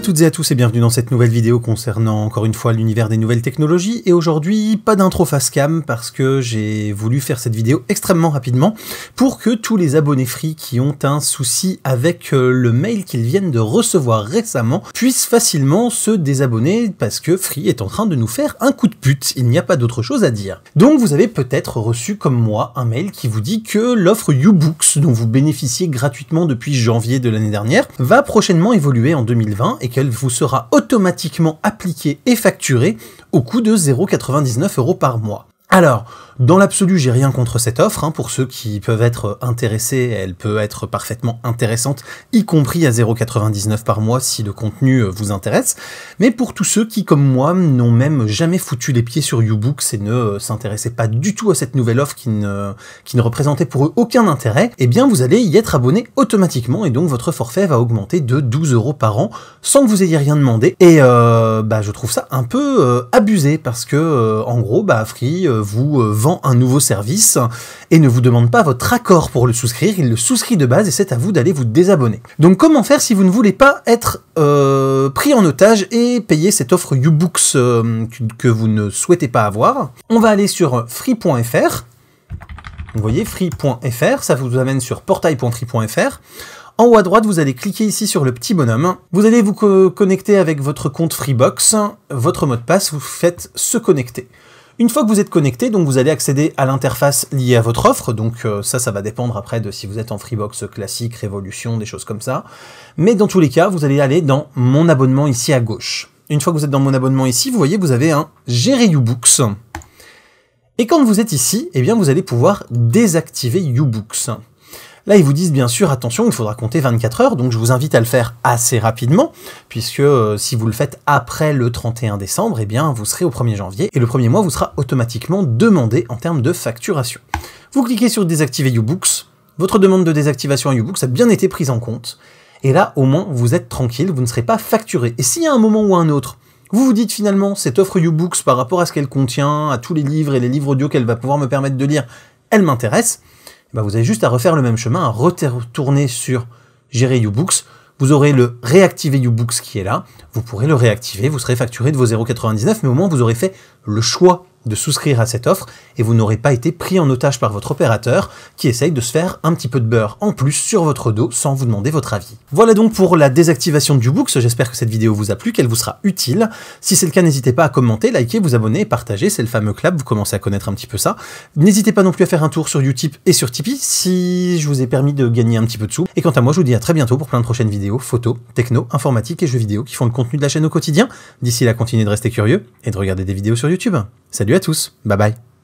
toutes et à tous et bienvenue dans cette nouvelle vidéo concernant encore une fois l'univers des nouvelles technologies. Et aujourd'hui, pas d'intro face cam parce que j'ai voulu faire cette vidéo extrêmement rapidement pour que tous les abonnés Free qui ont un souci avec le mail qu'ils viennent de recevoir récemment puissent facilement se désabonner parce que Free est en train de nous faire un coup de pute. Il n'y a pas d'autre chose à dire. Donc vous avez peut-être reçu comme moi un mail qui vous dit que l'offre YouBooks dont vous bénéficiez gratuitement depuis janvier de l'année dernière va prochainement évoluer en 2020 et qu'elle vous sera automatiquement appliquée et facturée au coût de 0,99 € par mois. Alors, dans l'absolu, j'ai rien contre cette offre, pour ceux qui peuvent être intéressés, elle peut être parfaitement intéressante, y compris à 0,99 € par mois si le contenu vous intéresse, mais pour tous ceux qui, comme moi, n'ont même jamais foutu les pieds sur YouBooks et ne s'intéressaient pas du tout à cette nouvelle offre qui ne représentait pour eux aucun intérêt, eh bien vous allez y être abonné automatiquement et donc votre forfait va augmenter de 12 € par an sans que vous ayez rien demandé, et je trouve ça un peu abusé parce que, en gros, Free vous vend un nouveau service et ne vous demande pas votre accord pour le souscrire, il le souscrit de base et c'est à vous d'aller vous désabonner. Donc comment faire si vous ne voulez pas être pris en otage et payer cette offre YouBooks que vous ne souhaitez pas avoir? On va aller sur free.fr. Vous voyez, free.fr, ça vous amène sur portail.free.fr. En haut à droite, vous allez cliquer ici sur le petit bonhomme. Vous allez vous connecter avec votre compte Freebox, votre mot de passe, vous faites se connecter. Une fois que vous êtes connecté, donc vous allez accéder à l'interface liée à votre offre, donc ça va dépendre après de si vous êtes en Freebox classique, Révolution, des choses comme ça. Mais dans tous les cas, vous allez aller dans mon abonnement ici à gauche. Une fois que vous êtes dans mon abonnement ici, vous voyez, vous avez un Gérer YouBooks. Et quand vous êtes ici, eh bien vous allez pouvoir désactiver YouBooks. Là, ils vous disent bien sûr, attention, il faudra compter 24 heures, donc je vous invite à le faire assez rapidement, puisque si vous le faites après le 31 décembre, eh bien vous serez au 1er janvier, et le premier mois vous sera automatiquement demandé en termes de facturation. Vous cliquez sur désactiver YouBooks, votre demande de désactivation à YouBooks a bien été prise en compte, et là, au moins, vous êtes tranquille, vous ne serez pas facturé. Et s'il y a un moment ou un autre, vous vous dites finalement, cette offre YouBooks, par rapport à ce qu'elle contient, à tous les livres et les livres audio qu'elle va pouvoir me permettre de lire, elle m'intéresse, vous avez juste à refaire le même chemin, à retourner sur Gérer YouBooks, vous aurez le Réactiver YouBooks qui est là, vous pourrez le réactiver, vous serez facturé de vos 0,99 €, mais au moins vous aurez fait le choix de souscrire à cette offre et vous n'aurez pas été pris en otage par votre opérateur qui essaye de se faire un petit peu de beurre en plus sur votre dos sans vous demander votre avis. Voilà donc pour la désactivation de YouBooks, j'espère que cette vidéo vous a plu, qu'elle vous sera utile. Si c'est le cas, n'hésitez pas à commenter, liker, vous abonner et partager, c'est le fameux clap, vous commencez à connaître un petit peu ça. N'hésitez pas non plus à faire un tour sur Utip et sur Tipeee si je vous ai permis de gagner un petit peu de sous. Et quant à moi, je vous dis à très bientôt pour plein de prochaines vidéos, photos, techno, informatique et jeux vidéo qui font le contenu de la chaîne au quotidien. D'ici là, continuez de rester curieux et de regarder des vidéos sur YouTube. Salut à tous, bye bye.